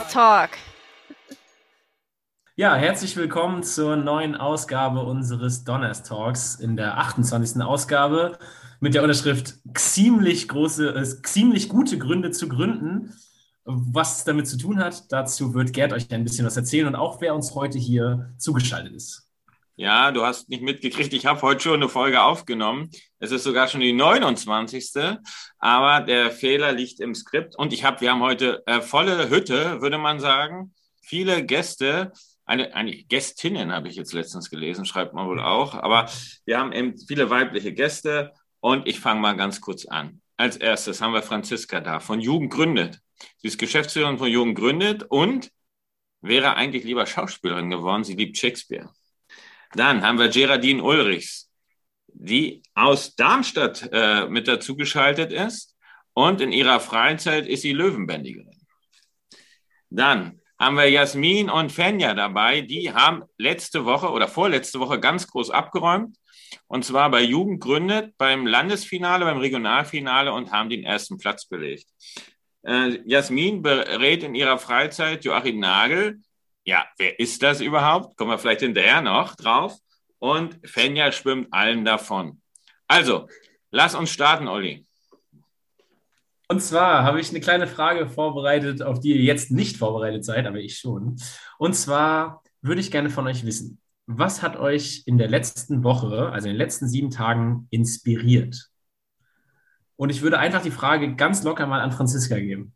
Talk. Ja, herzlich willkommen zur neuen Ausgabe unseres Donnerstalks in der 28. Ausgabe mit der Unterschrift ziemlich gute Gründe zu gründen. Was es damit zu tun hat, dazu wird Gerd euch ein bisschen was erzählen und auch wer uns heute hier zugeschaltet ist. Ja, du hast nicht mitgekriegt, ich habe heute schon eine Folge aufgenommen. Es ist sogar schon die 29. Aber der Fehler liegt im Skript. Und wir haben heute volle Hütte, würde man sagen. Viele Gäste, eigentlich Gästinnen habe ich jetzt letztens gelesen, schreibt man wohl auch. Aber wir haben eben viele weibliche Gäste. Und ich fange mal ganz kurz an. Als erstes haben wir Franziska da, von Jugend gründet. Sie ist Geschäftsführerin von Jugend gründet und wäre eigentlich lieber Schauspielerin geworden. Sie liebt Shakespeare. Dann haben wir Geraldine Ulrichs, die aus Darmstadt mit dazu geschaltet ist und in ihrer Freizeit ist sie Löwenbändigerin. Dann haben wir Jasmin und Fenja dabei, die haben letzte Woche oder vorletzte Woche ganz groß abgeräumt und zwar bei Jugend gründet, beim Landesfinale, beim Regionalfinale und haben den ersten Platz belegt. Jasmin berät in ihrer Freizeit Joachim Nagel. Ja, wer ist das überhaupt? Kommen wir vielleicht hinterher noch drauf. Und Fenja schwimmt allen davon. Also, lass uns starten, Olli. Und zwar habe ich eine kleine Frage vorbereitet, auf die ihr jetzt nicht vorbereitet seid, aber ich schon. Und zwar würde ich gerne von euch wissen, was hat euch in der letzten Woche, also in den letzten 7 Tagen, inspiriert? Und ich würde einfach die Frage ganz locker mal an Franziska geben.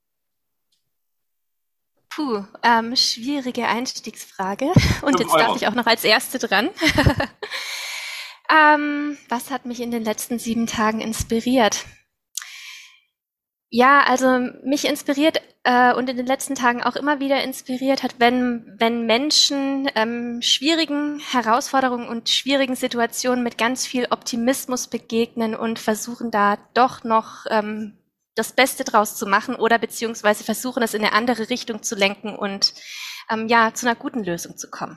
Schwierige Einstiegsfrage. Und 5 jetzt Euro. darf ich auch noch als Erste dran. Was hat mich in den letzten 7 Tagen inspiriert? Ja, also mich inspiriert und in den letzten Tagen auch immer wieder inspiriert hat, wenn Menschen schwierigen Herausforderungen und schwierigen Situationen mit ganz viel Optimismus begegnen und versuchen da doch noch das Beste draus zu machen oder beziehungsweise versuchen, es in eine andere Richtung zu lenken und zu einer guten Lösung zu kommen.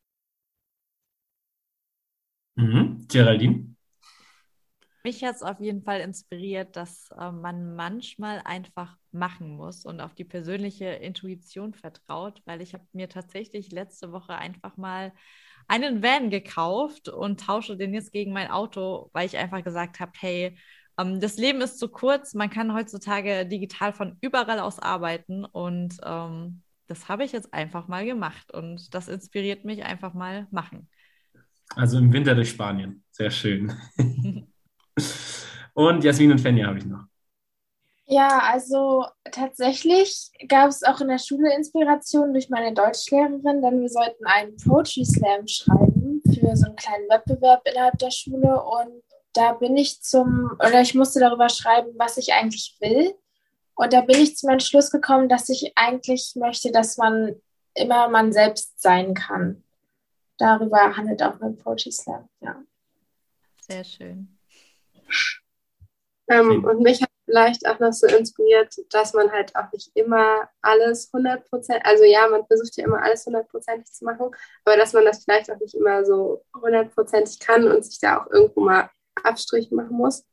Geraldine? Mich hat es auf jeden Fall inspiriert, dass man manchmal einfach machen muss und auf die persönliche Intuition vertraut, weil ich habe mir tatsächlich letzte Woche einfach mal einen Van gekauft und tausche den jetzt gegen mein Auto, weil ich einfach gesagt habe, hey, das Leben ist zu kurz, man kann heutzutage digital von überall aus arbeiten und das habe ich jetzt einfach mal gemacht und das inspiriert mich einfach mal machen. Also im Winter durch Spanien. Sehr schön. Und Jasmin und Fenja habe ich noch. Ja, also tatsächlich gab es auch in der Schule Inspiration durch meine Deutschlehrerin, denn wir sollten einen Poetry Slam schreiben für so einen kleinen Wettbewerb innerhalb der Schule und da bin ich ich musste darüber schreiben, was ich eigentlich will und da bin ich zum Entschluss gekommen, dass ich eigentlich möchte, dass man immer man selbst sein kann. Darüber handelt auch mein Poetry Slam, ja. Sehr schön. Und mich hat vielleicht auch noch so inspiriert, dass man halt auch nicht immer alles 100%, also ja, man versucht ja immer alles 100%ig zu machen, aber dass man das vielleicht auch nicht immer so 100%ig kann und sich da auch irgendwo mal Abstriche machen muss.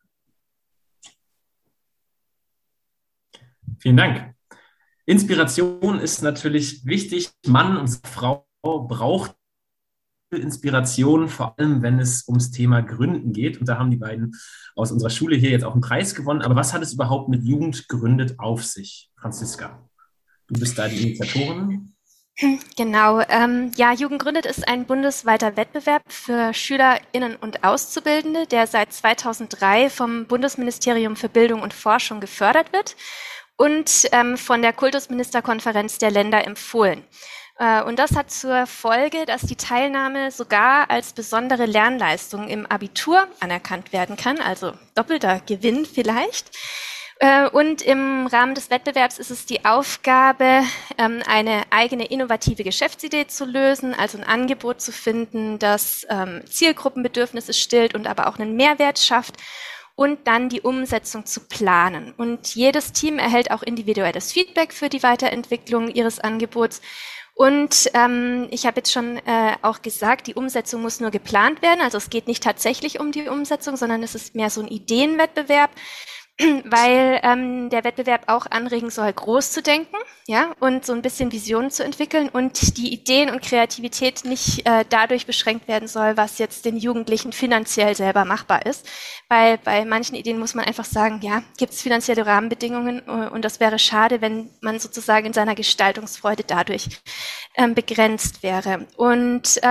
Vielen Dank. Inspiration ist natürlich wichtig. Mann und Frau braucht Inspiration, vor allem wenn es ums Thema Gründen geht. Und da haben die beiden aus unserer Schule hier jetzt auch einen Preis gewonnen. Aber was hat es überhaupt mit Jugend gründet auf sich? Franziska, du bist da die Initiatorin. Genau, Jugend gründet ist ein bundesweiter Wettbewerb für SchülerInnen und Auszubildende, der seit 2003 vom Bundesministerium für Bildung und Forschung gefördert wird und von der Kultusministerkonferenz der Länder empfohlen. Und das hat zur Folge, dass die Teilnahme sogar als besondere Lernleistung im Abitur anerkannt werden kann, also doppelter Gewinn vielleicht. Und im Rahmen des Wettbewerbs ist es die Aufgabe, eine eigene innovative Geschäftsidee zu lösen, also ein Angebot zu finden, das Zielgruppenbedürfnisse stillt und aber auch einen Mehrwert schafft und dann die Umsetzung zu planen. Und jedes Team erhält auch individuelles Feedback für die Weiterentwicklung ihres Angebots. Und ich habe jetzt schon auch gesagt, die Umsetzung muss nur geplant werden. Also es geht nicht tatsächlich um die Umsetzung, sondern es ist mehr so ein Ideenwettbewerb. weil der Wettbewerb auch anregen soll, groß zu denken, ja, und so ein bisschen Visionen zu entwickeln und die Ideen und Kreativität nicht dadurch beschränkt werden soll, was jetzt den Jugendlichen finanziell selber machbar ist, weil bei manchen Ideen muss man einfach sagen, ja, gibt es finanzielle Rahmenbedingungen und das wäre schade, wenn man sozusagen in seiner Gestaltungsfreude dadurch begrenzt wäre. Und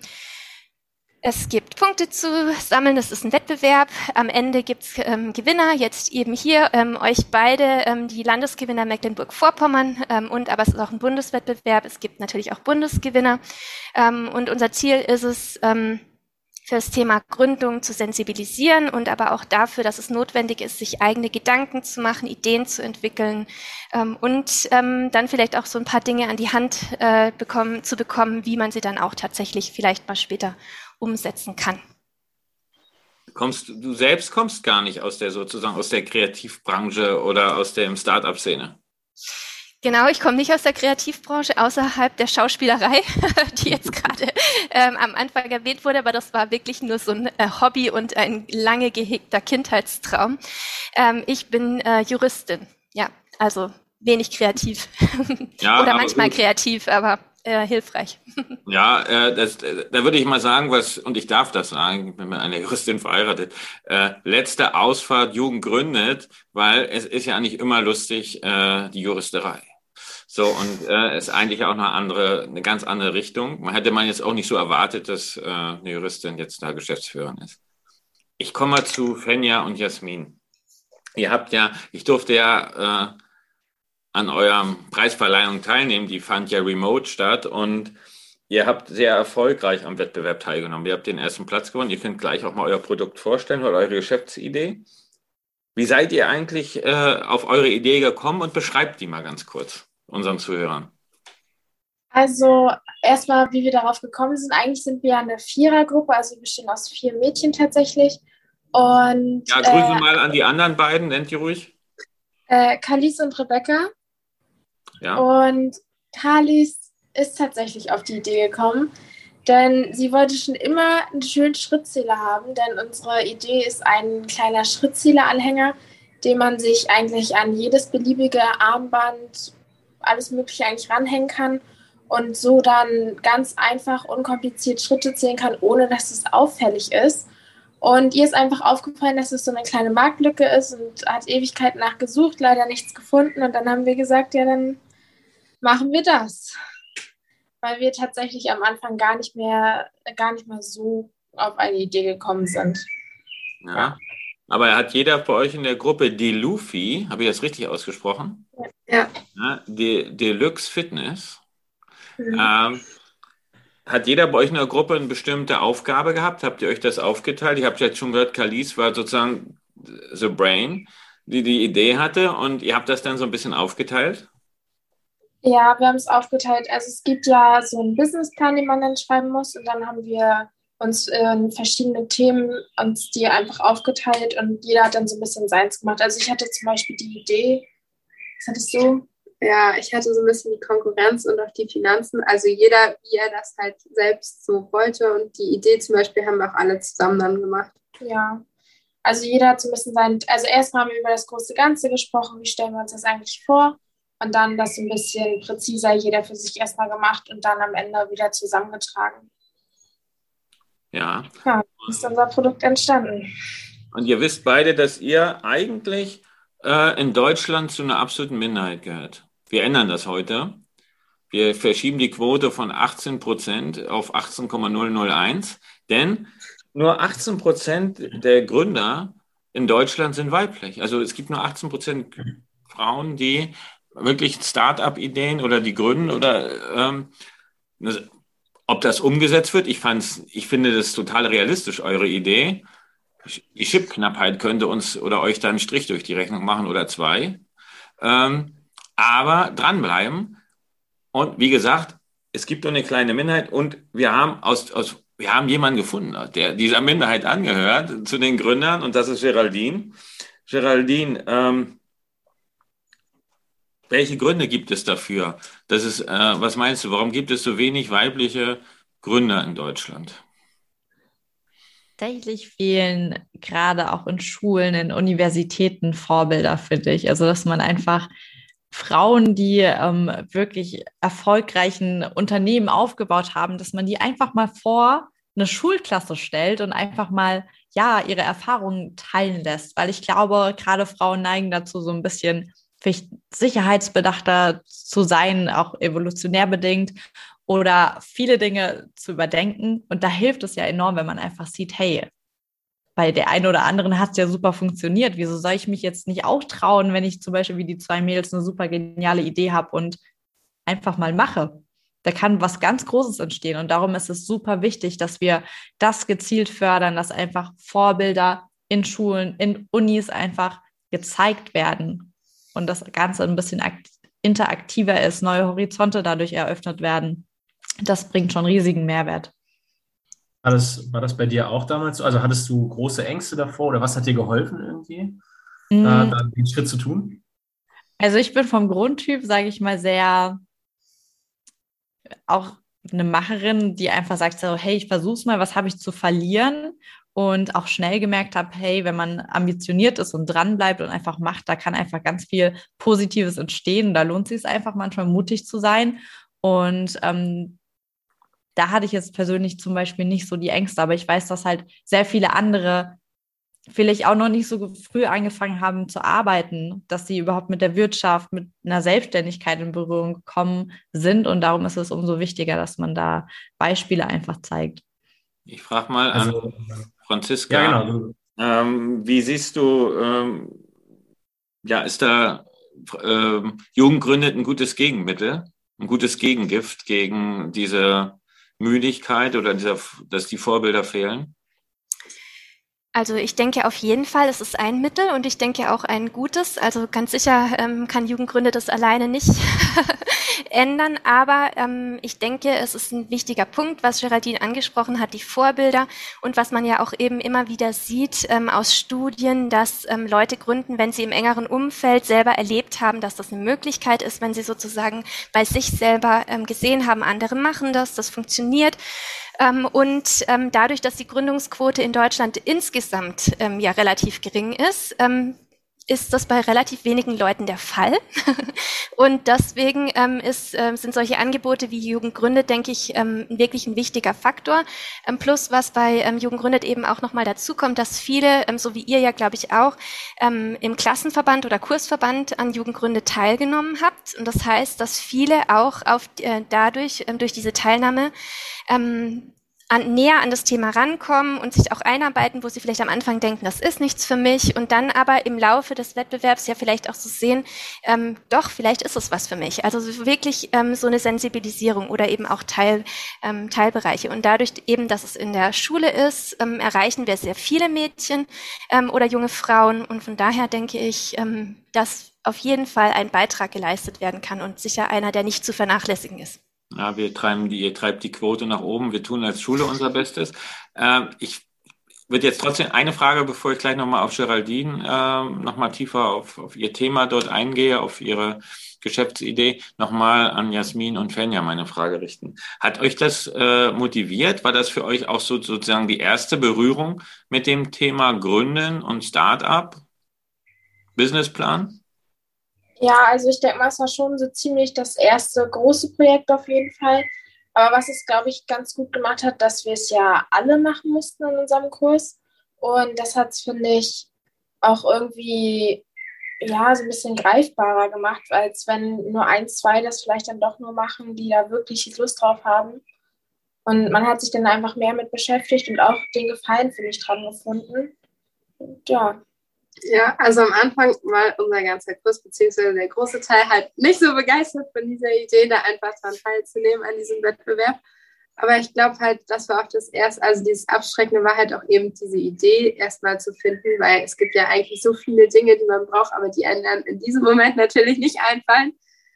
es gibt Punkte zu sammeln, das ist ein Wettbewerb. Am Ende gibt's Gewinner, jetzt eben hier euch beide, die Landesgewinner Mecklenburg-Vorpommern und aber es ist auch ein Bundeswettbewerb, es gibt natürlich auch Bundesgewinner und unser Ziel ist es, für das Thema Gründung zu sensibilisieren und aber auch dafür, dass es notwendig ist, sich eigene Gedanken zu machen, Ideen zu entwickeln und dann vielleicht auch so ein paar Dinge an die Hand zu bekommen, wie man sie dann auch tatsächlich vielleicht mal später umsetzen kann. Du selbst kommst gar nicht aus der Kreativbranche oder aus der Start-up-Szene. Genau, ich komme nicht aus der Kreativbranche, außerhalb der Schauspielerei, die jetzt gerade am Anfang erwähnt wurde, aber das war wirklich nur so ein Hobby und ein lange gehegter Kindheitstraum. Ich bin Juristin, ja, also wenig kreativ Ja, oder manchmal kreativ, aber hilfreich. Ja, da würde ich mal sagen, und ich darf das sagen, ich bin mit einer Juristin verheiratet, letzte Ausfahrt Jugend gründet, weil es ist ja nicht immer lustig, die Juristerei. So, und ist eigentlich auch eine ganz andere Richtung. Man hätte jetzt auch nicht so erwartet, dass eine Juristin jetzt da Geschäftsführerin ist. Ich komme mal zu Fenja und Jasmin. Ich durfte ja an eurem Preisverleihung teilnehmen, die fand ja remote statt und ihr habt sehr erfolgreich am Wettbewerb teilgenommen. Ihr habt den ersten Platz gewonnen. Ihr könnt gleich auch mal euer Produkt vorstellen oder eure Geschäftsidee. Wie seid ihr eigentlich auf eure Idee gekommen und beschreibt die mal ganz kurz unseren Zuhörern? Also erstmal, wie wir darauf gekommen sind, eigentlich sind wir ja eine Vierergruppe, also wir bestehen aus 4 Mädchen tatsächlich. Und ja, Grüße mal an die anderen beiden, nennt ihr ruhig. Kalis und Rebecca. Ja. Und Kalis ist tatsächlich auf die Idee gekommen, denn sie wollte schon immer einen schönen Schrittzähler haben, denn unsere Idee ist ein kleiner Schrittzähleranhänger, den man sich eigentlich an jedes beliebige Armband, alles Mögliche eigentlich ranhängen kann und so dann ganz einfach, unkompliziert Schritte zählen kann, ohne dass es auffällig ist. Und ihr ist einfach aufgefallen, dass es so eine kleine Marktlücke ist und hat Ewigkeiten nachgesucht, leider nichts gefunden. Und dann haben wir gesagt, ja, dann machen wir das. Weil wir tatsächlich am Anfang gar nicht mehr so auf eine Idee gekommen sind. Ja. Aber hat jeder bei euch in der Gruppe Delufi, habe ich das richtig ausgesprochen? Ja. Deluxe Fitness. Hat jeder bei euch in der Gruppe eine bestimmte Aufgabe gehabt? Habt ihr euch das aufgeteilt? Ich habe jetzt schon gehört, Kalis war sozusagen the brain, die Idee hatte und ihr habt das dann so ein bisschen aufgeteilt? Ja, wir haben es aufgeteilt. Also es gibt ja so einen Businessplan, den man dann schreiben muss und dann haben wir uns in verschiedene Themen uns die einfach aufgeteilt und jeder hat dann so ein bisschen seins gemacht. Also ich hatte zum Beispiel die Idee, was hattest du? Ja, ich hatte so ein bisschen die Konkurrenz und auch die Finanzen. Also jeder, wie er das halt selbst so wollte. Und die Idee zum Beispiel haben wir auch alle zusammen dann gemacht. Ja, also jeder hat so ein bisschen also erstmal haben wir über das große Ganze gesprochen, wie stellen wir uns das eigentlich vor? Und dann das ein bisschen präziser jeder für sich erstmal gemacht und dann am Ende wieder zusammengetragen. Ja. Ja, ist unser Produkt entstanden. Und ihr wisst beide, dass ihr eigentlich in Deutschland zu einer absoluten Minderheit gehört. Wir ändern das heute. Wir verschieben die Quote von 18% auf 18,001, denn nur 18% der Gründer in Deutschland sind weiblich. Also es gibt nur 18% Frauen, die wirklich Start-up-Ideen oder die gründen oder ob das umgesetzt wird. Ich finde das total realistisch, eure Idee. Die Chipknappheit könnte uns oder euch da einen Strich durch die Rechnung machen oder 2. Aber dranbleiben. Und wie gesagt, es gibt nur eine kleine Minderheit und wir haben jemanden gefunden, der dieser Minderheit angehört, zu den Gründern, und das ist Geraldine. Geraldine, welche Gründe gibt es dafür? Was meinst du, warum gibt es so wenig weibliche Gründer in Deutschland? Tatsächlich fehlen gerade auch in Schulen, in Universitäten Vorbilder, finde ich. Also, dass man einfach Frauen, die wirklich erfolgreichen Unternehmen aufgebaut haben, dass man die einfach mal vor eine Schulklasse stellt und einfach mal, ja, ihre Erfahrungen teilen lässt. Weil ich glaube, gerade Frauen neigen dazu, so ein bisschen vielleicht sicherheitsbedachter zu sein, auch evolutionär bedingt oder viele Dinge zu überdenken. Und da hilft es ja enorm, wenn man einfach sieht, hey, bei der einen oder anderen hat es ja super funktioniert. Wieso soll ich mich jetzt nicht auch trauen, wenn ich zum Beispiel wie die zwei Mädels eine super geniale Idee habe und einfach mal mache? Da kann was ganz Großes entstehen. Und darum ist es super wichtig, dass wir das gezielt fördern, dass einfach Vorbilder in Schulen, in Unis einfach gezeigt werden und das Ganze ein bisschen interaktiver ist, neue Horizonte dadurch eröffnet werden. Das bringt schon riesigen Mehrwert. War das bei dir auch damals so? Also hattest du große Ängste davor oder was hat dir geholfen irgendwie, Mm, da den Schritt zu tun? Also ich bin vom Grundtyp, sage ich mal, sehr auch eine Macherin, die einfach sagt so, hey, ich versuch's mal, was habe ich zu verlieren? Und auch schnell gemerkt habe, hey, wenn man ambitioniert ist und dran bleibt und einfach macht, da kann einfach ganz viel Positives entstehen. Da lohnt es sich einfach manchmal mutig zu sein. Und da hatte ich jetzt persönlich zum Beispiel nicht so die Ängste, aber ich weiß, dass halt sehr viele andere vielleicht auch noch nicht so früh angefangen haben zu arbeiten, dass sie überhaupt mit der Wirtschaft, mit einer Selbstständigkeit in Berührung gekommen sind. Und darum ist es umso wichtiger, dass man da Beispiele einfach zeigt. Ich frage mal an Also, ja, Franziska, genau. wie siehst du, ja, ist da Jugend gründet ein gutes Gegenmittel, ein gutes Gegengift gegen diese Müdigkeit oder dass die Vorbilder fehlen? Also ich denke auf jeden Fall, es ist ein Mittel und ich denke auch ein gutes. Also ganz sicher kann Jugendgründe das alleine nicht ändern, aber ich denke, es ist ein wichtiger Punkt, was Geraldine angesprochen hat, die Vorbilder und was man ja auch eben immer wieder sieht aus Studien, dass Leute gründen, wenn sie im engeren Umfeld selber erlebt haben, dass das eine Möglichkeit ist, wenn sie sozusagen bei sich selber gesehen haben, andere machen das, das funktioniert. Und dadurch, dass die Gründungsquote in Deutschland insgesamt ja relativ gering ist das bei relativ wenigen Leuten der Fall. Und deswegen sind solche Angebote wie Jugend gründet, denke ich, wirklich ein wichtiger Faktor. Plus, was bei Jugend gründet eben auch nochmal dazu kommt, dass viele, so wie ihr ja, glaube ich, auch, im Klassenverband oder Kursverband an Jugend gründet teilgenommen habt. Und das heißt, dass viele auch durch diese Teilnahme näher an das Thema rankommen und sich auch einarbeiten, wo sie vielleicht am Anfang denken, das ist nichts für mich und dann aber im Laufe des Wettbewerbs ja vielleicht auch so sehen, doch, vielleicht ist es was für mich. Also wirklich so eine Sensibilisierung oder eben auch Teilbereiche. Und dadurch eben, dass es in der Schule ist, erreichen wir sehr viele Mädchen oder junge Frauen und von daher denke ich, dass auf jeden Fall ein Beitrag geleistet werden kann und sicher einer, der nicht zu vernachlässigen ist. Ja, ihr treibt die Quote nach oben. Wir tun als Schule unser Bestes. Ich würde jetzt trotzdem eine Frage, bevor ich gleich nochmal auf Geraldine nochmal tiefer auf ihr Thema dort eingehe, auf ihre Geschäftsidee, nochmal an Jasmin und Fenja meine Frage richten. Hat euch das motiviert? War das für euch auch sozusagen die erste Berührung mit dem Thema Gründen und Start-up, Businessplan? Ja, also ich denke mal, es war schon so ziemlich das erste große Projekt auf jeden Fall. Aber was es, glaube ich, ganz gut gemacht hat, dass wir es ja alle machen mussten in unserem Kurs. Und das hat es, finde ich, auch irgendwie ja so ein bisschen greifbarer gemacht, als wenn nur ein, zwei das vielleicht dann doch nur machen, die da wirklich Lust drauf haben. Und man hat sich dann einfach mehr mit beschäftigt und auch den Gefallen, finde ich, dran gefunden. Und ja. Ja, also am Anfang war unser ganzer Kurs, beziehungsweise der große Teil, halt nicht so begeistert von dieser Idee, da einfach dran teilzunehmen an diesem Wettbewerb. Aber ich glaube halt, das war auch das erste, also dieses Abschreckende war halt auch eben diese Idee erstmal zu finden, weil es gibt ja eigentlich so viele Dinge, die man braucht, aber die einem dann in diesem Moment natürlich nicht einfallen.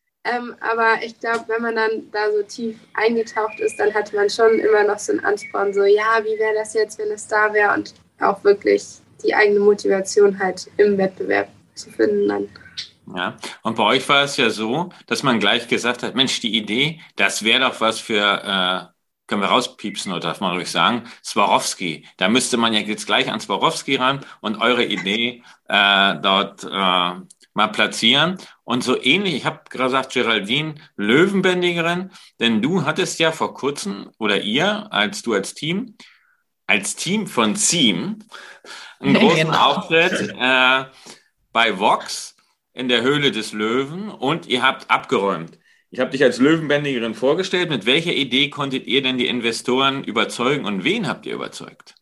Aber ich glaube, wenn man dann da so tief eingetaucht ist, dann hatte man schon immer noch so einen Ansporn, so ja, wie wäre das jetzt, wenn es da wäre und auch wirklich die eigene Motivation halt im Wettbewerb zu finden dann. Ja, und bei euch war es ja so, dass man gleich gesagt hat, Mensch, die Idee, das wäre doch was für können wir rauspiepsen oder darf man ruhig sagen, Swarovski. Da müsste man ja jetzt gleich an Swarovski ran und eure Idee dort mal platzieren. Und so ähnlich, ich habe gesagt, Geraldine, Löwenbändigerin, denn du hattest ja vor kurzem, oder ihr, als Team von Team, einen großen Auftritt bei Vox in der Höhle des Löwen und ihr habt abgeräumt. Ich habe dich als Löwenbändigerin vorgestellt. Mit welcher Idee konntet ihr denn die Investoren überzeugen und wen habt ihr überzeugt?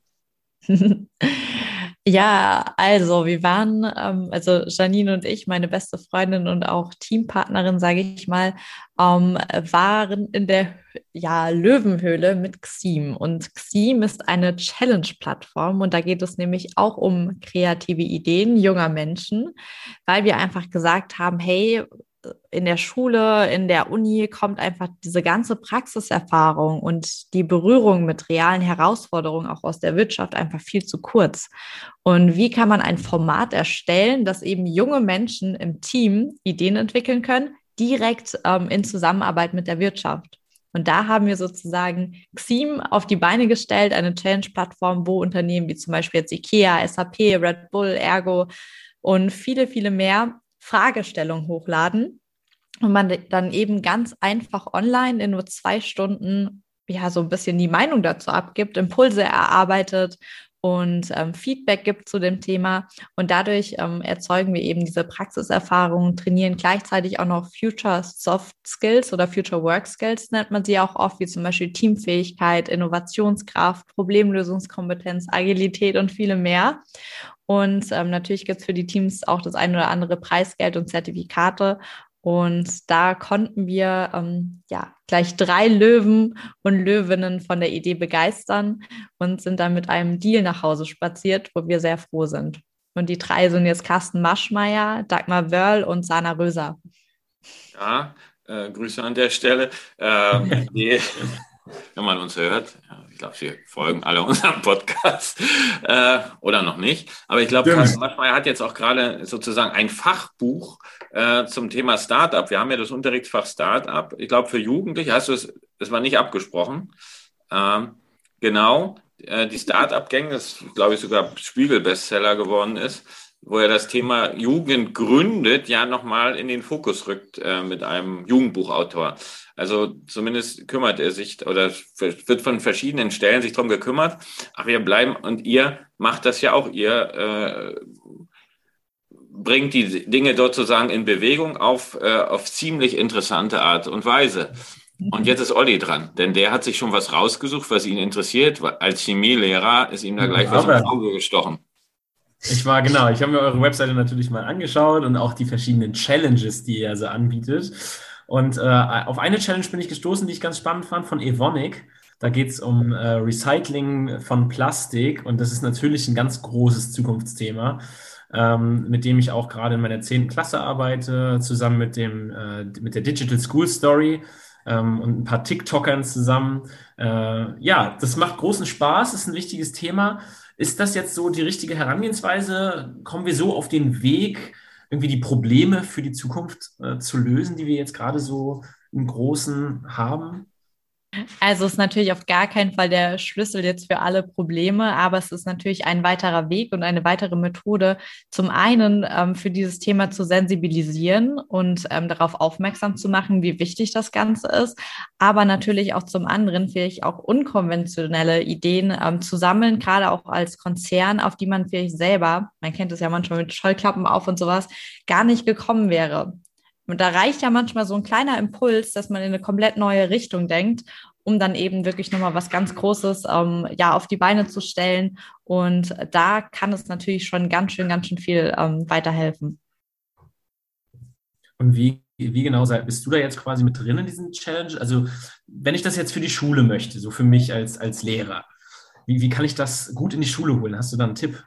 Ja, also wir waren, also Janine und ich, meine beste Freundin und auch Teampartnerin, sage ich mal, waren in der Löwenhöhle mit Xeam. Und Xeam ist eine Challenge-Plattform und da geht es nämlich auch um kreative Ideen junger Menschen, weil wir einfach gesagt haben, hey, in der Schule, in der Uni kommt einfach diese ganze Praxiserfahrung und die Berührung mit realen Herausforderungen auch aus der Wirtschaft einfach viel zu kurz. Und wie kann man ein Format erstellen, dass eben junge Menschen im Team Ideen entwickeln können, direkt in Zusammenarbeit mit der Wirtschaft? Und da haben wir sozusagen Xeam auf die Beine gestellt, eine Challenge-Plattform, wo Unternehmen wie zum Beispiel jetzt IKEA, SAP, Red Bull, Ergo und viele, viele mehr Fragestellungen hochladen und man dann eben ganz einfach online in nur 2 Stunden so ein bisschen die Meinung dazu abgibt, Impulse erarbeitet und Feedback gibt zu dem Thema. Und dadurch erzeugen wir eben diese Praxiserfahrungen, trainieren gleichzeitig auch noch Future Soft Skills oder Future Work Skills, nennt man sie auch oft, wie zum Beispiel Teamfähigkeit, Innovationskraft, Problemlösungskompetenz, Agilität und viele mehr. Und natürlich gibt es für die Teams auch das ein oder andere Preisgeld und Zertifikate. Und da konnten wir gleich 3 Löwen und Löwinnen von der Idee begeistern und sind dann mit einem Deal nach Hause spaziert, wo wir sehr froh sind. Und die 3 sind jetzt Carsten Maschmeyer, Dagmar Wörl und Sana Röser. Ja, Grüße an der Stelle. Wenn man uns hört, ich glaube, sie folgen alle unserem Podcast oder noch nicht. Aber ich glaube, Carsten Maschmeyer hat jetzt auch gerade sozusagen ein Fachbuch zum Thema Startup. Wir haben ja das Unterrichtsfach Startup. Ich glaube, für Jugendliche hast du es, das war nicht abgesprochen. Genau, die Startup-Gang, das glaube ich sogar Spiegel-Bestseller geworden ist, wo er das Thema Jugend gründet, ja nochmal in den Fokus rückt mit einem Jugendbuchautor. Also zumindest kümmert er sich oder wird von verschiedenen Stellen sich darum gekümmert. Ach, wir bleiben und ihr macht das ja auch. Ihr bringt die Dinge dort sozusagen in Bewegung auf ziemlich interessante Art und Weise. Und jetzt ist Olli dran, denn der hat sich schon was rausgesucht, was ihn interessiert. Als Chemielehrer ist ihm da gleich was ins Auge gestochen. Ich habe mir eure Webseite natürlich mal angeschaut und auch die verschiedenen Challenges, die ihr so anbietet. Und auf eine Challenge bin ich gestoßen, die ich ganz spannend fand, von Evonik. Da geht es um Recycling von Plastik und das ist natürlich ein ganz großes Zukunftsthema, mit dem ich auch gerade in meiner 10. Klasse arbeite, zusammen mit der Digital School Story und ein paar TikTokern zusammen. Das macht großen Spaß, ist ein wichtiges Thema. Ist das jetzt so die richtige Herangehensweise? Kommen wir so auf den Weg, irgendwie die Probleme für die Zukunft zu lösen, die wir jetzt gerade so im Großen haben? Also es ist natürlich auf gar keinen Fall der Schlüssel jetzt für alle Probleme, aber es ist natürlich ein weiterer Weg und eine weitere Methode, zum einen für dieses Thema zu sensibilisieren und darauf aufmerksam zu machen, wie wichtig das Ganze ist, aber natürlich auch zum anderen vielleicht auch unkonventionelle Ideen zu sammeln, gerade auch als Konzern, auf die man vielleicht selber, man kennt es ja manchmal mit Scheuklappen auf und sowas, gar nicht gekommen wäre. Und da reicht ja manchmal so ein kleiner Impuls, dass man in eine komplett neue Richtung denkt, um dann eben wirklich nochmal was ganz Großes auf die Beine zu stellen. Und da kann es natürlich schon ganz schön viel weiterhelfen. Und wie genau bist du da jetzt quasi mit drin in diesen Challenge? Also wenn ich das jetzt für die Schule möchte, so für mich als Lehrer, wie kann ich das gut in die Schule holen? Hast du da einen Tipp?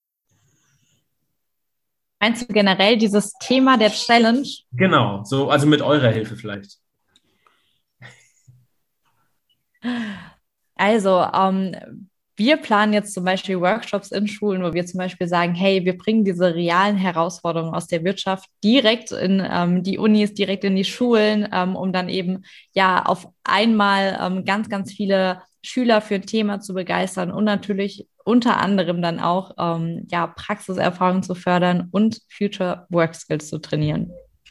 Meinst du generell dieses Thema der Challenge? Genau, so, also mit eurer Hilfe vielleicht. Also, wir planen jetzt zum Beispiel Workshops in Schulen, wo wir zum Beispiel sagen, hey, wir bringen diese realen Herausforderungen aus der Wirtschaft direkt in die Unis, direkt in die Schulen, um dann eben ja auf einmal ganz, ganz viele Schüler für ein Thema zu begeistern und natürlich unter anderem dann auch ja, Praxiserfahrung zu fördern und Future Work Skills zu trainieren.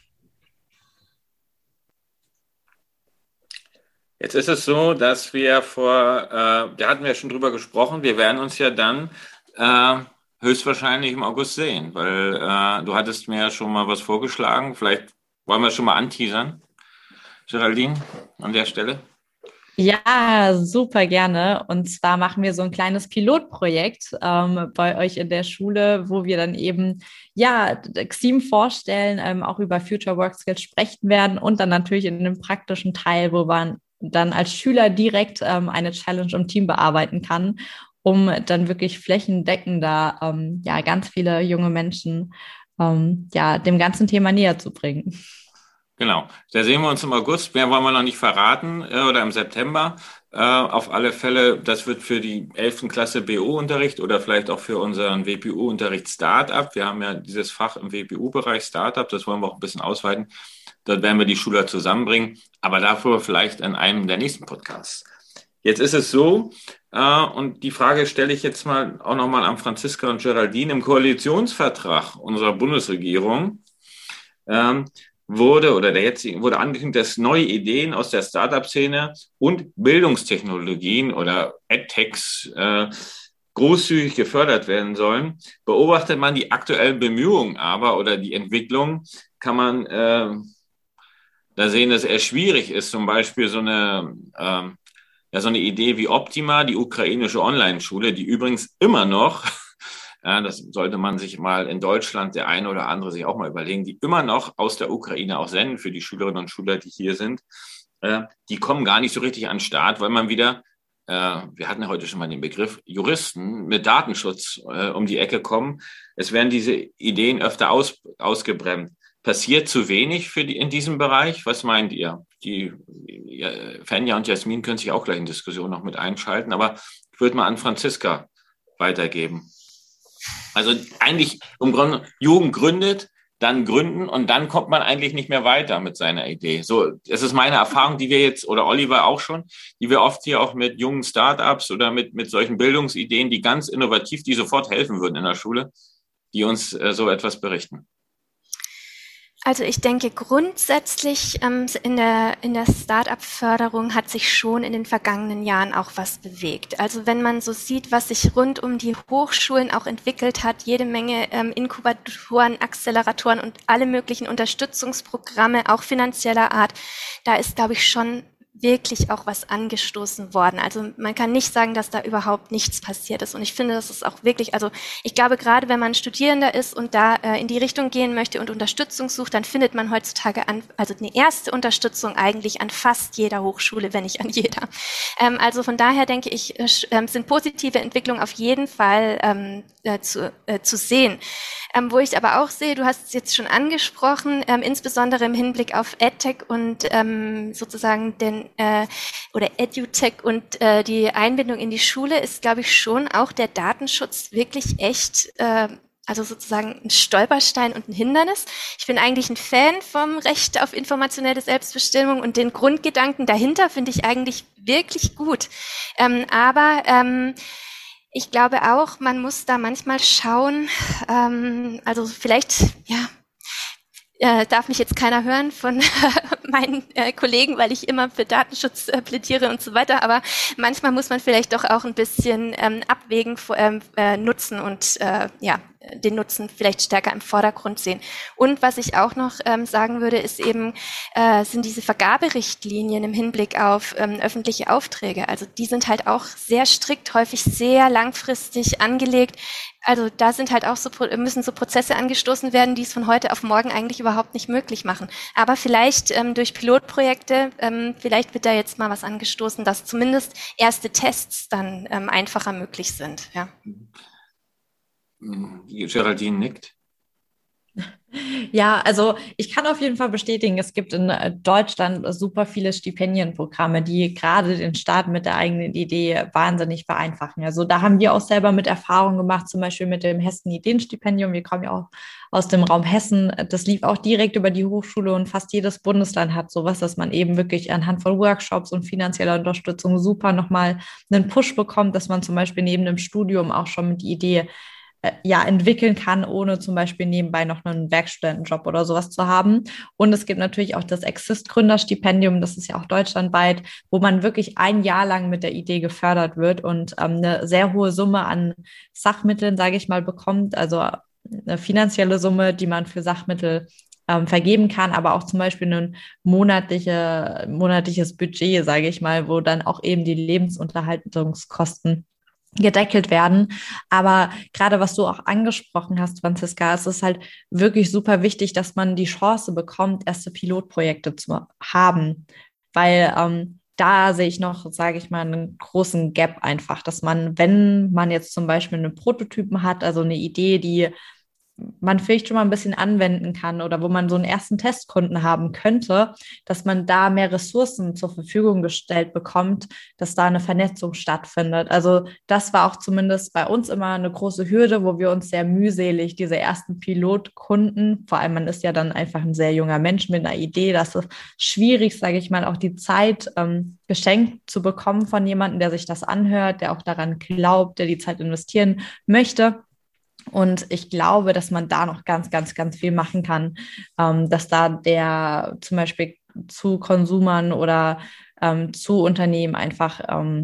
Jetzt ist es so, dass wir da hatten wir schon drüber gesprochen, wir werden uns ja dann höchstwahrscheinlich im August sehen, weil du hattest mir ja schon mal was vorgeschlagen. Vielleicht wollen wir schon mal anteasern, Geraldine, an der Stelle. Ja, super gerne. Und zwar machen wir so ein kleines Pilotprojekt bei euch in der Schule, wo wir dann eben ja Xim vorstellen, auch über Future Work Skills sprechen werden und dann natürlich in einem praktischen Teil, wo man dann als Schüler direkt eine Challenge im Team bearbeiten kann, um dann wirklich flächendeckender ja ganz viele junge Menschen ja dem ganzen Thema näher zu bringen. Genau, da sehen wir uns im August. Mehr wollen wir noch nicht verraten oder im September. Auf alle Fälle, das wird für die 11. Klasse BU-Unterricht oder vielleicht auch für unseren WPU-Unterricht Startup. Wir haben ja dieses Fach im WPU-Bereich Startup, das wollen wir auch ein bisschen ausweiten. Dort werden wir die Schüler zusammenbringen, aber dafür vielleicht in einem der nächsten Podcasts. Jetzt ist es so, und die Frage stelle ich jetzt mal auch nochmal an Franziska und Geraldine. Im Koalitionsvertrag unserer Bundesregierung wurde angekündigt, dass neue Ideen aus der Startup-Szene und Bildungstechnologien oder EdTechs großzügig gefördert werden sollen. Beobachtet man die aktuellen Bemühungen aber oder die Entwicklung, kann man da sehen, dass es eher schwierig ist, zum Beispiel so eine Idee wie Optima, die ukrainische Online-Schule, die übrigens immer noch, das sollte man sich mal in Deutschland, der eine oder andere sich auch mal überlegen, die immer noch aus der Ukraine auch senden für die Schülerinnen und Schüler, die hier sind. Die kommen gar nicht so richtig an den Start, weil man wieder, wir hatten ja heute schon mal den Begriff, Juristen mit Datenschutz um die Ecke kommen. Es werden diese Ideen öfter ausgebremst. Passiert zu wenig in diesem Bereich? Was meint ihr? Fenja und Jasmin können sich auch gleich in Diskussion noch mit einschalten, aber ich würde mal an Franziska weitergeben. Also eigentlich im Grunde Jugend gründet, dann gründen und dann kommt man eigentlich nicht mehr weiter mit seiner Idee. So, das ist meine Erfahrung, die wir jetzt, oder Oliver auch schon, die wir oft hier auch mit jungen Startups oder mit solchen Bildungsideen, die ganz innovativ, die sofort helfen würden in der Schule, die uns so etwas berichten. Also ich denke grundsätzlich in der Start-up-Förderung hat sich schon in den vergangenen Jahren auch was bewegt. Also wenn man so sieht, was sich rund um die Hochschulen auch entwickelt hat, jede Menge Inkubatoren, Acceleratoren und alle möglichen Unterstützungsprogramme, auch finanzieller Art, da ist, glaube ich, schon wirklich auch was angestoßen worden. Also man kann nicht sagen, dass da überhaupt nichts passiert ist. Und ich finde, das ist auch wirklich, also ich glaube, gerade wenn man Studierender ist und da in die Richtung gehen möchte und Unterstützung sucht, dann findet man heutzutage also eine erste Unterstützung eigentlich an fast jeder Hochschule, wenn nicht an jeder. Also von daher denke ich, sind positive Entwicklungen auf jeden Fall zu sehen. Wo ich aber auch sehe, du hast es jetzt schon angesprochen, insbesondere im Hinblick auf EdTech und sozusagen oder EduTech und die Einbindung in die Schule ist, glaube ich, schon auch der Datenschutz wirklich echt, also sozusagen ein Stolperstein und ein Hindernis. Ich bin eigentlich ein Fan vom Recht auf informationelle Selbstbestimmung und den Grundgedanken dahinter finde ich eigentlich wirklich gut. Aber ich glaube auch, man muss da manchmal schauen, also vielleicht, darf mich jetzt keiner hören von meinen Kollegen, weil ich immer für Datenschutz plädiere und so weiter, aber manchmal muss man vielleicht doch auch ein bisschen abwägen, Nutzen und den Nutzen vielleicht stärker im Vordergrund sehen. Und was ich auch noch sagen würde, ist eben, sind diese Vergaberichtlinien im Hinblick auf öffentliche Aufträge. Also die sind halt auch sehr strikt, häufig sehr langfristig angelegt. Also da sind halt auch müssen so Prozesse angestoßen werden, die es von heute auf morgen eigentlich überhaupt nicht möglich machen. Aber vielleicht durch Pilotprojekte, vielleicht wird da jetzt mal was angestoßen, dass zumindest erste Tests dann einfacher möglich sind. Ja. Geraldine nickt. Ja, also ich kann auf jeden Fall bestätigen, es gibt in Deutschland super viele Stipendienprogramme, die gerade den Start mit der eigenen Idee wahnsinnig vereinfachen. Also da haben wir auch selber mit Erfahrung gemacht, zum Beispiel mit dem Hessen-Ideenstipendium. Wir kommen ja auch aus dem Raum Hessen. Das lief auch direkt über die Hochschule und fast jedes Bundesland hat sowas, dass man eben wirklich anhand von Workshops und finanzieller Unterstützung super nochmal einen Push bekommt, dass man zum Beispiel neben dem Studium auch schon mit die Idee entwickeln kann, ohne zum Beispiel nebenbei noch einen Werkstudentenjob oder sowas zu haben. Und es gibt natürlich auch das Exist-Gründerstipendium, das ist ja auch deutschlandweit, wo man wirklich ein Jahr lang mit der Idee gefördert wird und eine sehr hohe Summe an Sachmitteln, sage ich mal, bekommt, also eine finanzielle Summe, die man für Sachmittel vergeben kann, aber auch zum Beispiel ein monatliches Budget, sage ich mal, wo dann auch eben die Lebensunterhaltungskosten gedeckelt werden. Aber gerade was du auch angesprochen hast, Franziska, es ist halt wirklich super wichtig, dass man die Chance bekommt, erste Pilotprojekte zu haben, weil da sehe ich noch, sage ich mal, einen großen Gap einfach, dass man, wenn man jetzt zum Beispiel einen Prototypen hat, also eine Idee, die man vielleicht schon mal ein bisschen anwenden kann oder wo man so einen ersten Testkunden haben könnte, dass man da mehr Ressourcen zur Verfügung gestellt bekommt, dass da eine Vernetzung stattfindet. Also das war auch zumindest bei uns immer eine große Hürde, wo wir uns sehr mühselig diese ersten Pilotkunden, vor allem man ist ja dann einfach ein sehr junger Mensch mit einer Idee, das ist schwierig, sage ich mal, auch die Zeit geschenkt zu bekommen von jemandem, der sich das anhört, der auch daran glaubt, der die Zeit investieren möchte. Und ich glaube, dass man da noch ganz, ganz, ganz viel machen kann, dass da der zum Beispiel zu Konsumern oder zu Unternehmen einfach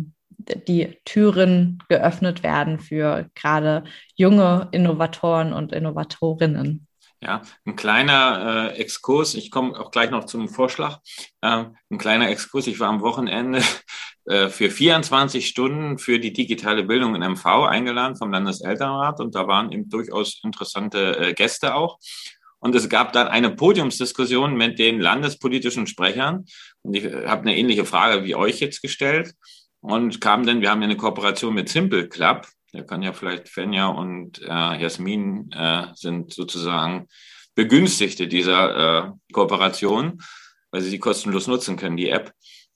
die Türen geöffnet werden für gerade junge Innovatoren und Innovatorinnen. Ja, ein kleiner Exkurs. Ich komme auch gleich noch zum Vorschlag. Ein kleiner Exkurs. Ich war am Wochenende für 24 Stunden für die digitale Bildung in MV eingeladen vom Landeselternrat und da waren eben durchaus interessante Gäste auch. Und es gab dann eine Podiumsdiskussion mit den landespolitischen Sprechern und ich habe eine ähnliche Frage wie euch jetzt gestellt und wir haben ja eine Kooperation mit Simple Club. Da kann ja vielleicht Fenja und Jasmin sind sozusagen Begünstigte dieser Kooperation, weil sie kostenlos nutzen können, die App.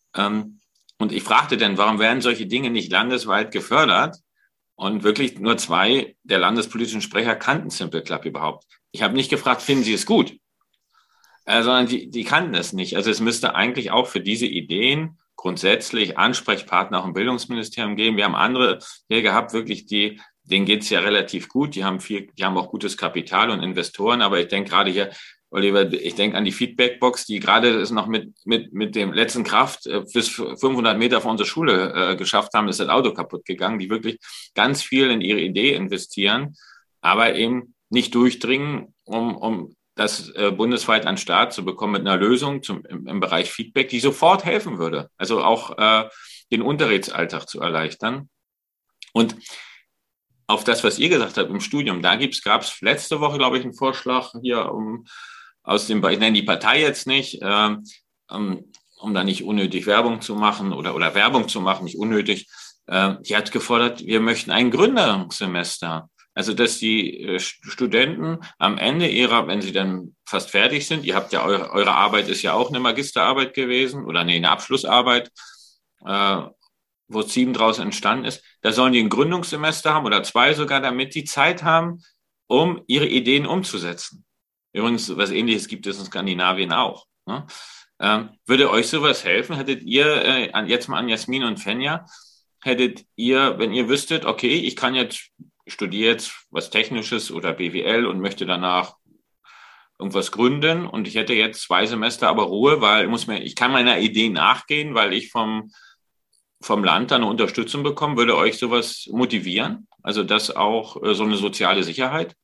Und ich fragte dann, warum werden solche Dinge nicht landesweit gefördert? Und wirklich nur 2 der landespolitischen Sprecher kannten Simple Club überhaupt. Ich habe nicht gefragt, finden Sie es gut? Sondern die kannten es nicht. Also es müsste eigentlich auch für diese Ideen grundsätzlich Ansprechpartner auch im Bildungsministerium geben. Wir haben andere hier gehabt, wirklich denen geht es ja relativ gut. Die haben auch gutes Kapital und Investoren. Aber ich denke gerade hier, Oliver, ich denke an die Feedbackbox, die gerade es noch mit dem letzten Kraft bis 500 Meter von unserer Schule geschafft haben, ist das Auto kaputt gegangen, die wirklich ganz viel in ihre Idee investieren, aber eben nicht durchdringen, um das bundesweit an den Start zu bekommen mit einer Lösung im Bereich Feedback, die sofort helfen würde. Also auch den Unterrichtsalltag zu erleichtern. Und auf das, was ihr gesagt habt im Studium, da gab es letzte Woche, glaube ich, einen Vorschlag hier aus dem Bereich, ich nenne die Partei jetzt nicht, um da nicht unnötig Werbung zu machen oder Werbung zu machen, nicht unnötig. Die hat gefordert, wir möchten ein Gründersemester. Also, dass die Studenten am Ende wenn sie dann fast fertig sind, ihr habt ja eure Arbeit ist ja auch eine Magisterarbeit gewesen oder eine Abschlussarbeit, wo 7 draus entstanden ist. Da sollen die ein Gründungssemester haben oder 2 sogar, damit die Zeit haben, um ihre Ideen umzusetzen. Übrigens, was Ähnliches gibt es in Skandinavien auch. Ne? Würde euch sowas helfen? Hättet ihr, jetzt mal an Jasmin und Fenja, hättet ihr, wenn ihr wüsstet, okay, ich studiere jetzt was Technisches oder BWL und möchte danach irgendwas gründen und ich hätte jetzt 2 Semester aber Ruhe, weil ich kann meiner Idee nachgehen, weil ich vom Land dann eine Unterstützung bekomme, würde euch sowas motivieren? Also das auch so eine soziale Sicherheit?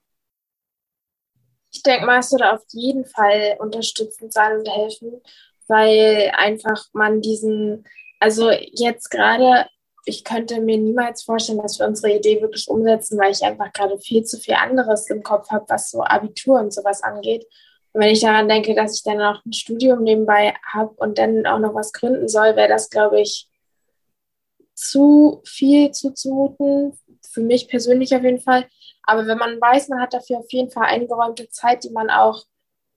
Ich denke mal, es würde auf jeden Fall unterstützend sein und helfen, weil einfach man also jetzt gerade, ich könnte mir niemals vorstellen, dass wir unsere Idee wirklich umsetzen, weil ich einfach gerade viel zu viel anderes im Kopf habe, was so Abitur und sowas angeht. Und wenn ich daran denke, dass ich dann noch ein Studium nebenbei habe und dann auch noch was gründen soll, wäre das, glaube ich, zu viel zuzumuten, für mich persönlich auf jeden Fall. Aber wenn man weiß, man hat dafür auf jeden Fall eingeräumte Zeit, die man auch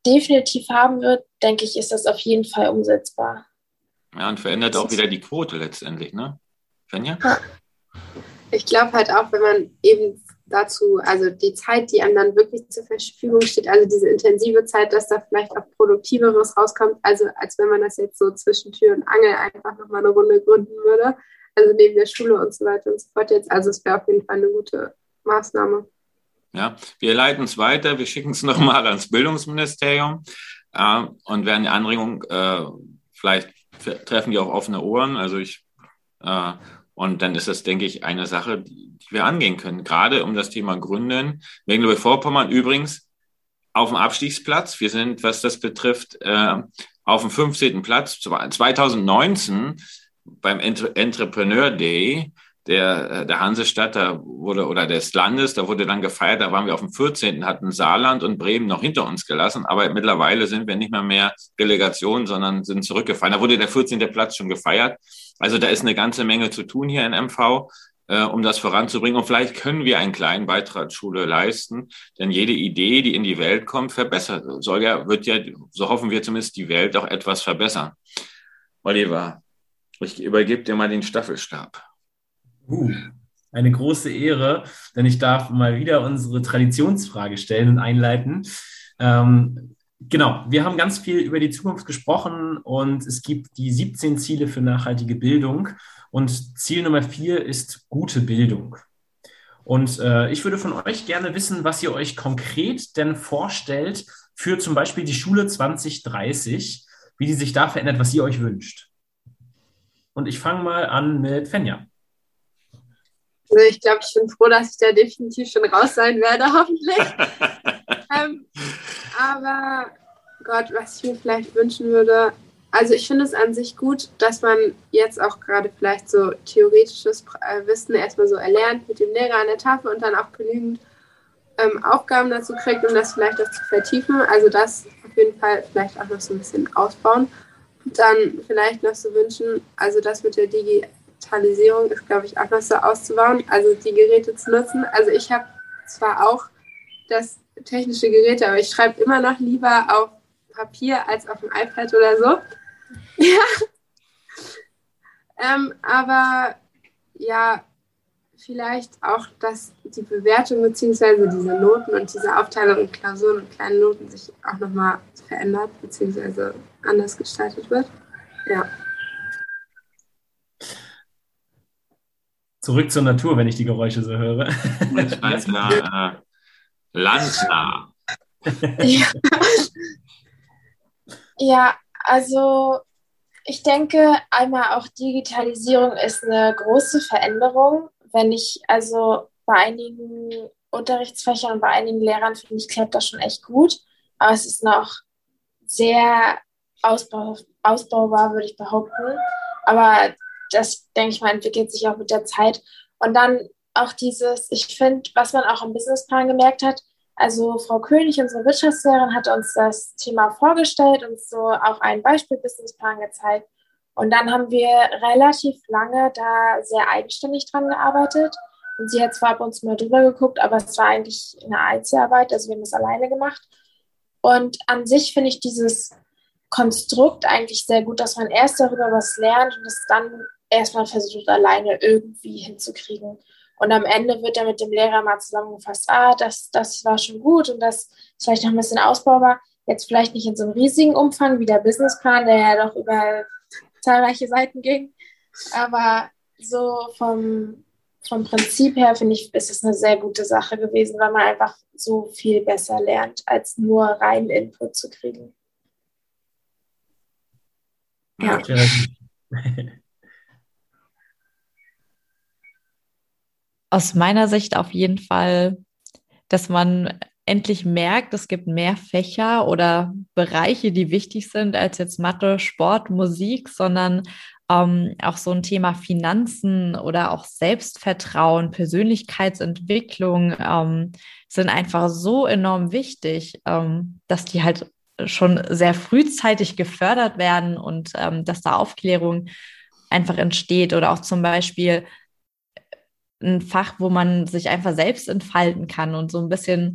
definitiv haben wird, denke ich, ist das auf jeden Fall umsetzbar. Ja, und verändert auch wieder die Quote letztendlich, ne? Fenja? Ja. Ich glaube halt auch, wenn man eben dazu, also die Zeit, die einem dann wirklich zur Verfügung steht, also diese intensive Zeit, dass da vielleicht auch Produktiveres rauskommt, also als wenn man das jetzt so zwischen Tür und Angel einfach nochmal eine Runde gründen würde, also neben der Schule und so weiter und so fort jetzt, also es wäre auf jeden Fall eine gute Maßnahme. Ja, wir leiten es weiter, wir schicken es nochmal ans Bildungsministerium und werden die Anregung, vielleicht treffen die auch offene Ohren, also und dann ist das, denke ich, eine Sache, die wir angehen können, gerade um das Thema Gründen. Mecklenburg-Vorpommern übrigens auf dem Abstiegsplatz. Wir sind, was das betrifft, auf dem 15. Platz. 2019 beim Entrepreneur Day der Hansestadt, oder des Landes, da wurde dann gefeiert, da waren wir auf dem 14., hatten Saarland und Bremen noch hinter uns gelassen, aber mittlerweile sind wir nicht mehr Relegation, sondern sind zurückgefallen. Da wurde der 14. Platz schon gefeiert. Also da ist eine ganze Menge zu tun hier in MV, um das voranzubringen. Und vielleicht können wir einen kleinen Beitrag als Schule leisten, denn jede Idee, die in die Welt kommt, verbessert, wird ja, so hoffen wir zumindest, die Welt auch etwas verbessern. Oliver, ich übergebe dir mal den Staffelstab. Eine große Ehre, denn ich darf mal wieder unsere Traditionsfrage stellen und einleiten. Genau, wir haben ganz viel über die Zukunft gesprochen und es gibt die 17 Ziele für nachhaltige Bildung und Ziel Nummer 4 ist gute Bildung. Und ich würde von euch gerne wissen, was ihr euch konkret denn vorstellt für zum Beispiel die Schule 2030, wie die sich da verändert, was ihr euch wünscht. Und ich fange mal an mit Fenja. Also ich glaube, ich bin froh, dass ich da definitiv schon raus sein werde, hoffentlich. Aber Gott, was ich mir vielleicht wünschen würde, also ich finde es an sich gut, dass man jetzt auch gerade vielleicht so theoretisches Wissen erstmal so erlernt mit dem Lehrer an der Tafel und dann auch genügend Aufgaben dazu kriegt, um das vielleicht auch zu vertiefen. Also das auf jeden Fall vielleicht auch noch so ein bisschen ausbauen. Und dann vielleicht noch so wünschen, also das mit der Digitalisierung ist, glaube ich, auch noch so auszubauen, also die Geräte zu nutzen. Also ich habe zwar auch das technische Geräte, aber ich schreibe immer noch lieber auf Papier als auf dem iPad oder so. Ja. Aber ja, vielleicht auch, dass die Bewertung bzw. diese Noten und diese Aufteilung in Klausuren und kleinen Noten sich auch nochmal verändert bzw. anders gestaltet wird. Ja. Zurück zur Natur, wenn ich die Geräusche so höre. Landsnah. Ja. Ja, also ich denke einmal auch Digitalisierung ist eine große Veränderung. Wenn ich also bei einigen Unterrichtsfächern und bei einigen Lehrern finde ich, klappt das schon echt gut. Aber es ist noch sehr ausbaubar, würde ich behaupten. Aber das, denke ich mal, entwickelt sich auch mit der Zeit. Und dann auch ich finde, was man auch im Businessplan gemerkt hat, also Frau König, unsere Wirtschaftslehrerin, hat uns das Thema vorgestellt und so auch einen Beispiel-Businessplan gezeigt. Und dann haben wir relativ lange da sehr eigenständig dran gearbeitet. Und sie hat zwar ab und zu mal drüber geguckt, aber es war eigentlich eine Einzelarbeit, also wir haben es alleine gemacht. Und an sich finde ich dieses Konstrukt eigentlich sehr gut, dass man erst darüber was lernt und es dann erstmal versucht, alleine irgendwie hinzukriegen. Und am Ende wird er mit dem Lehrer mal zusammengefasst, das war schon gut und das ist vielleicht noch ein bisschen ausbaubar. Jetzt vielleicht nicht in so einem riesigen Umfang wie der Businessplan, der ja doch über zahlreiche Seiten ging. Aber so vom Prinzip her, finde ich, ist es eine sehr gute Sache gewesen, weil man einfach so viel besser lernt, als nur reinen Input zu kriegen. Ja. Aus meiner Sicht auf jeden Fall, dass man endlich merkt, es gibt mehr Fächer oder Bereiche, die wichtig sind als jetzt Mathe, Sport, Musik, sondern auch so ein Thema Finanzen oder auch Selbstvertrauen, Persönlichkeitsentwicklung sind einfach so enorm wichtig, dass die halt schon sehr frühzeitig gefördert werden und dass da Aufklärung einfach entsteht oder auch zum Beispiel ein Fach, wo man sich einfach selbst entfalten kann und so ein bisschen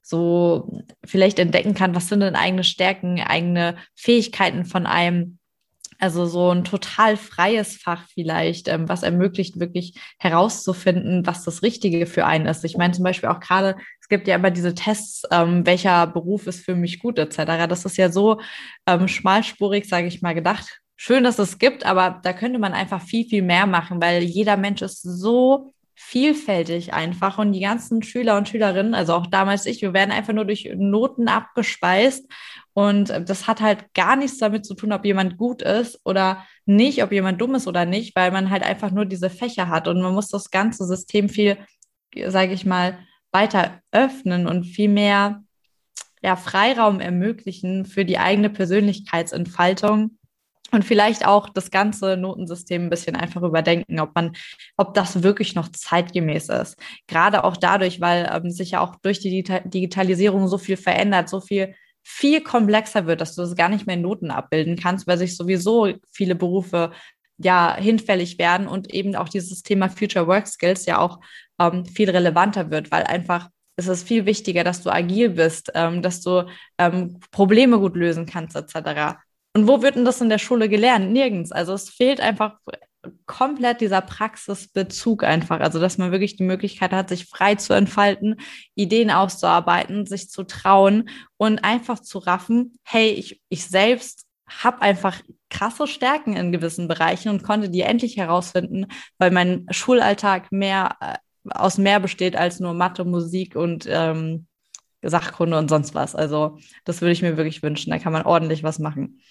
so vielleicht entdecken kann, was sind denn eigene Stärken, eigene Fähigkeiten von einem. Also so ein total freies Fach vielleicht, was ermöglicht, wirklich herauszufinden, was das Richtige für einen ist. Ich meine zum Beispiel auch gerade, es gibt ja immer diese Tests, welcher Beruf ist für mich gut etc. Das ist ja so schmalspurig, sage ich mal, gedacht. Schön, dass es gibt, aber da könnte man einfach viel, viel mehr machen, weil jeder Mensch ist so vielfältig einfach und die ganzen Schüler und Schülerinnen, also auch damals wir werden einfach nur durch Noten abgespeist und das hat halt gar nichts damit zu tun, ob jemand gut ist oder nicht, ob jemand dumm ist oder nicht, weil man halt einfach nur diese Fächer hat und man muss das ganze System viel, sage ich mal, weiter öffnen und viel mehr Freiraum ermöglichen für die eigene Persönlichkeitsentfaltung. Und vielleicht auch das ganze Notensystem ein bisschen einfach überdenken, ob das wirklich noch zeitgemäß ist. Gerade auch dadurch, weil sich ja auch durch die Digitalisierung so viel verändert, so viel komplexer wird, dass du das gar nicht mehr in Noten abbilden kannst, weil sich sowieso viele Berufe hinfällig werden und eben auch dieses Thema Future Work Skills ja auch viel relevanter wird, weil einfach es ist viel wichtiger, dass du agil bist, dass du Probleme gut lösen kannst, etc. Und wo wird denn das in der Schule gelernt? Nirgends. Also es fehlt einfach komplett dieser Praxisbezug einfach. Also dass man wirklich die Möglichkeit hat, sich frei zu entfalten, Ideen auszuarbeiten, sich zu trauen und einfach zu raffen, hey, ich selbst habe einfach krasse Stärken in gewissen Bereichen und konnte die endlich herausfinden, weil mein Schulalltag aus mehr besteht als nur Mathe, Musik und Sachkunde und sonst was. Also das würde ich mir wirklich wünschen. Da kann man ordentlich was machen.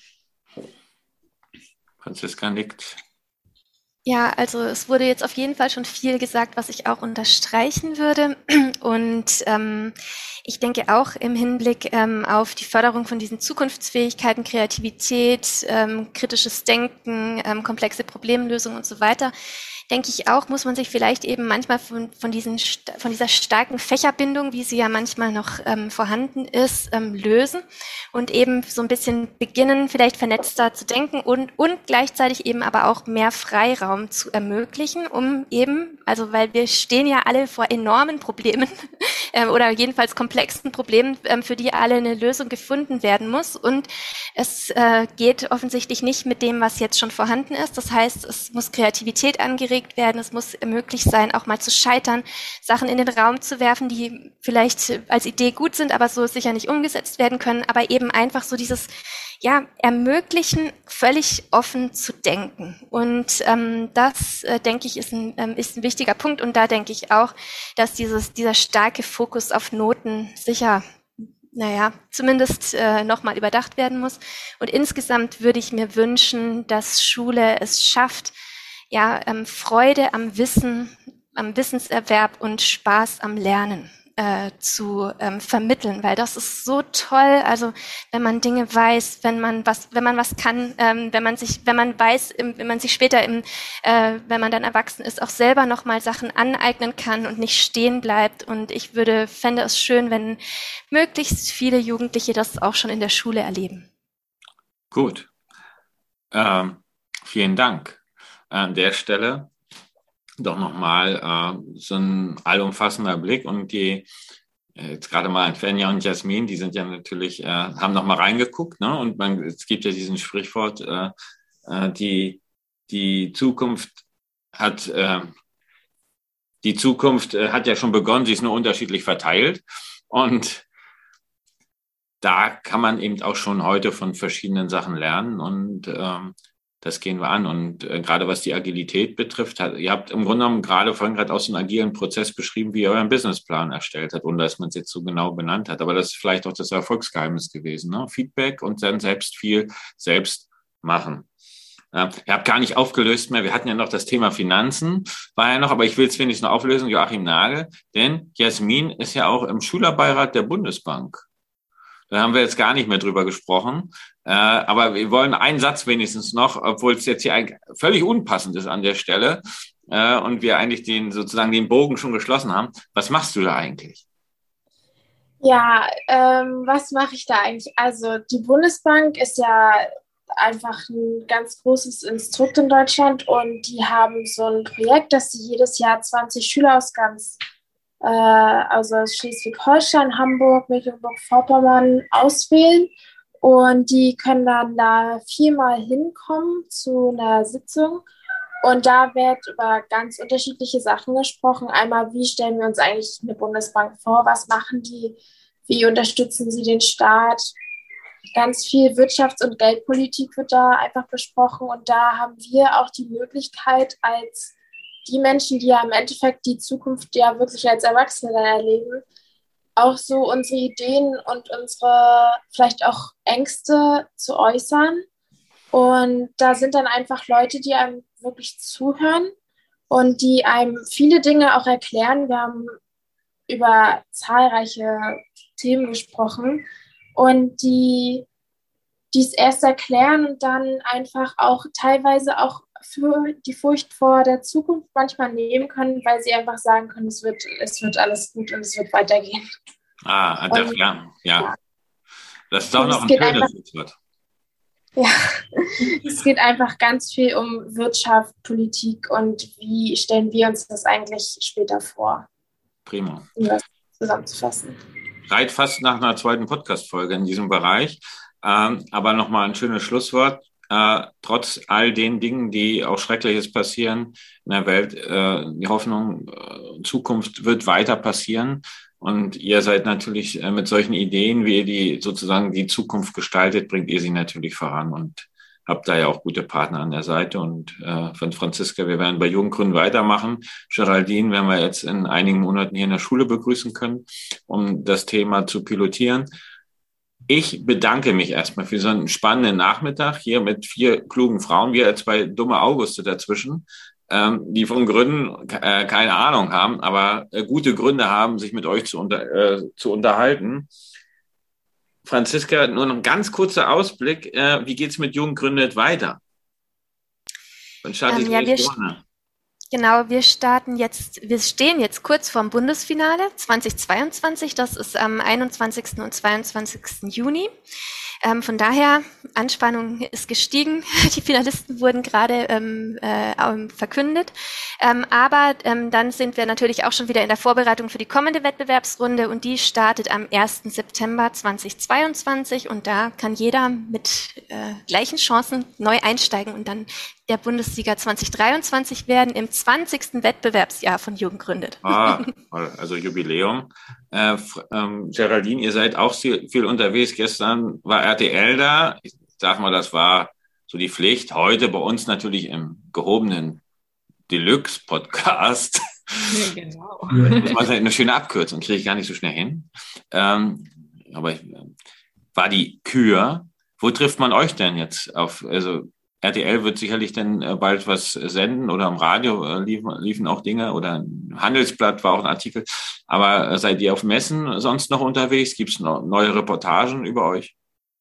Franziska nickt. Ja, also es wurde jetzt auf jeden Fall schon viel gesagt, was ich auch unterstreichen würde. Und ich denke auch im Hinblick auf die Förderung von diesen Zukunftsfähigkeiten, Kreativität, kritisches Denken, komplexe Problemlösung und so weiter, denke ich auch, muss man sich vielleicht eben manchmal von dieser starken Fächerbindung, wie sie ja manchmal noch vorhanden ist, lösen und eben so ein bisschen beginnen, vielleicht vernetzter zu denken und gleichzeitig eben aber auch mehr Freiraum zu ermöglichen, um eben, also weil wir stehen ja alle vor enormen Problemen oder jedenfalls komplexen Problemen, für die alle eine Lösung gefunden werden muss und es geht offensichtlich nicht mit dem, was jetzt schon vorhanden ist. Das heißt, es muss Kreativität angeregt werden. Es muss möglich sein, auch mal zu scheitern, Sachen in den Raum zu werfen, die vielleicht als Idee gut sind, aber so sicher nicht umgesetzt werden können. Aber eben einfach so dieses ermöglichen, völlig offen zu denken. Und das, denke ich, ist ein wichtiger Punkt. Und da denke ich auch, dass dieser starke Fokus auf Noten sicher zumindest nochmal überdacht werden muss. Und insgesamt würde ich mir wünschen, dass Schule es schafft, Freude am Wissen, am Wissensserwerb und Spaß am Lernen zu vermitteln, weil das ist so toll. Also wenn man Dinge weiß, wenn man was kann, wenn man weiß, wenn man sich später wenn man dann erwachsen ist, auch selber nochmal Sachen aneignen kann und nicht stehen bleibt. Und ich fände es schön, wenn möglichst viele Jugendliche das auch schon in der Schule erleben. Gut. Vielen Dank. An der Stelle doch nochmal so ein allumfassender Blick und jetzt gerade mal Fenja und Jasmin, die sind ja natürlich, haben nochmal reingeguckt, ne? Und es gibt ja diesen Sprichwort, die Zukunft hat ja schon begonnen, sie ist nur unterschiedlich verteilt und da kann man eben auch schon heute von verschiedenen Sachen lernen und das gehen wir an. Und gerade was die Agilität betrifft, ihr habt im Grunde genommen vorhin auch so einen agilen Prozess beschrieben, wie ihr euren Businessplan erstellt habt, ohne dass man es jetzt so genau benannt hat. Aber das ist vielleicht auch das Erfolgsgeheimnis gewesen, ne? Feedback und dann selbst machen. Ihr habt gar nicht aufgelöst mehr. Wir hatten ja noch das Thema Finanzen, war ja noch, aber ich will es wenigstens noch auflösen, Joachim Nagel, denn Jasmin ist ja auch im Schülerbeirat der Bundesbank. Da haben wir jetzt gar nicht mehr drüber gesprochen. Aber wir wollen einen Satz wenigstens noch, obwohl es jetzt hier völlig unpassend ist an der Stelle und wir eigentlich den Bogen schon geschlossen haben. Was machst du da eigentlich? Ja, was mache ich da eigentlich? Also die Bundesbank ist ja einfach ein ganz großes Institut in Deutschland und die haben so ein Projekt, dass sie jedes Jahr 20 Schüler aus ganz also aus Schleswig-Holstein, Hamburg, Mecklenburg-Vorpommern auswählen. Und die können dann da 4-mal hinkommen zu einer Sitzung. Und da wird über ganz unterschiedliche Sachen gesprochen. Einmal, wie stellen wir uns eigentlich eine Bundesbank vor? Was machen die? Wie unterstützen sie den Staat? Ganz viel Wirtschafts- und Geldpolitik wird da einfach besprochen. Und da haben wir auch die Möglichkeit, als die Menschen, die ja im Endeffekt die Zukunft ja wirklich als Erwachsene dann erleben, auch so unsere Ideen und unsere vielleicht auch Ängste zu äußern. Und da sind dann einfach Leute, die einem wirklich zuhören und die einem viele Dinge auch erklären. Wir haben über zahlreiche Themen gesprochen und die es erst erklären und dann einfach auch teilweise auch für die Furcht vor der Zukunft manchmal nehmen können, weil sie einfach sagen können, es wird alles gut und es wird weitergehen. Das, Und, ja. Das ist doch noch ein schönes Stichwort. Ja, es geht einfach ganz viel um Wirtschaft, Politik und wie stellen wir uns das eigentlich später vor. Prima. Um das zusammenzufassen. Schreit fast nach einer zweiten Podcast-Folge in diesem Bereich. Aber nochmal ein schönes Schlusswort. Trotz all den Dingen, die auch Schreckliches passieren in der Welt, die Hoffnung, Zukunft wird weiter passieren. Und ihr seid natürlich mit solchen Ideen, wie ihr die Zukunft gestaltet, bringt ihr sie natürlich voran und habt da ja auch gute Partner an der Seite. Und von Franziska, wir werden bei Jugendgründen weitermachen. Geraldine werden wir jetzt in einigen Monaten hier in der Schule begrüßen können, um das Thema zu pilotieren. Ich bedanke mich erstmal für so einen spannenden Nachmittag hier mit 4 klugen Frauen, wir 2 dumme Auguste dazwischen, die von Gründen keine Ahnung haben, aber gute Gründe haben, sich mit euch zu unterhalten. Franziska, nur noch ein ganz kurzer Ausblick. Wie geht's mit Jugend gründet weiter? Dann starte ich nächste Woche. Genau, wir stehen jetzt kurz vorm Bundesfinale 2022. Das ist am 21. und 22. Juni. Von daher, Anspannung ist gestiegen. Die Finalisten wurden gerade verkündet. Aber dann sind wir natürlich auch schon wieder in der Vorbereitung für die kommende Wettbewerbsrunde und die startet am 1. September 2022 und da kann jeder mit gleichen Chancen neu einsteigen und dann der Bundessieger 2023 werden im 20. Wettbewerbsjahr von Jugend gründet. Also Jubiläum. Geraldine, ihr seid auch viel unterwegs. Gestern war RTL da. Ich sag mal, das war so die Pflicht. Heute bei uns natürlich im gehobenen Deluxe-Podcast. Ja, genau. Das war eine schöne Abkürzung, kriege ich gar nicht so schnell hin. Aber war die Kür. Wo trifft man euch denn jetzt auf? Also RTL wird sicherlich dann bald was senden oder am Radio liefen auch Dinge oder im Handelsblatt war auch ein Artikel. Aber seid ihr auf Messen sonst noch unterwegs? Gibt es noch neue Reportagen über euch?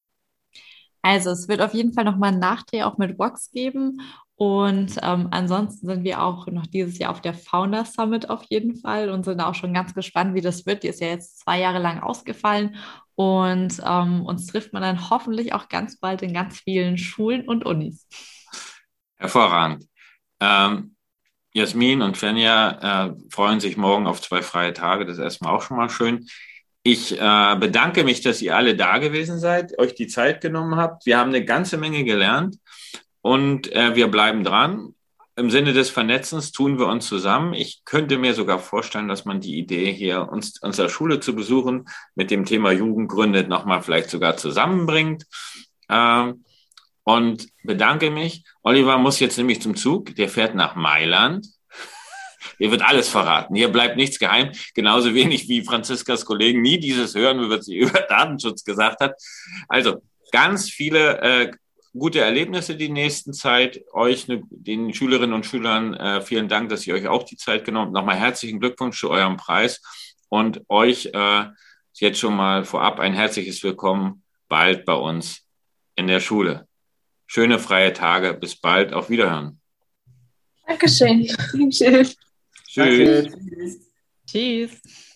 Also es wird auf jeden Fall nochmal einen Nachdreh auch mit Vox geben. Und ansonsten sind wir auch noch dieses Jahr auf der Founder Summit auf jeden Fall und sind auch schon ganz gespannt, wie das wird. Die ist ja jetzt 2 Jahre lang ausgefallen und uns trifft man dann hoffentlich auch ganz bald in ganz vielen Schulen und Unis. Hervorragend. Jasmin und Fenja freuen sich morgen auf 2 freie Tage. Das ist erstmal auch schon mal schön. Ich bedanke mich, dass ihr alle da gewesen seid, euch die Zeit genommen habt. Wir haben eine ganze Menge gelernt. Und wir bleiben dran. Im Sinne des Vernetzens tun wir uns zusammen. Ich könnte mir sogar vorstellen, dass man die Idee hier, unsere Schule zu besuchen, mit dem Thema Jugend gründet, nochmal vielleicht sogar zusammenbringt. Und bedanke mich. Oliver muss jetzt nämlich zum Zug. Der fährt nach Mailand. Hier wird alles verraten. Hier bleibt nichts geheim. Genauso wenig wie Franziskas Kollegen nie dieses hören, was sie über Datenschutz gesagt hat. Also ganz viele gute Erlebnisse die nächsten Zeit. Euch, den Schülerinnen und Schülern, vielen Dank, dass ihr euch auch die Zeit genommen habt. Nochmal herzlichen Glückwunsch zu eurem Preis und euch jetzt schon mal vorab ein herzliches Willkommen bald bei uns in der Schule. Schöne freie Tage. Bis bald. Auf Wiederhören. Dankeschön. Tschüss. Danke. Tschüss.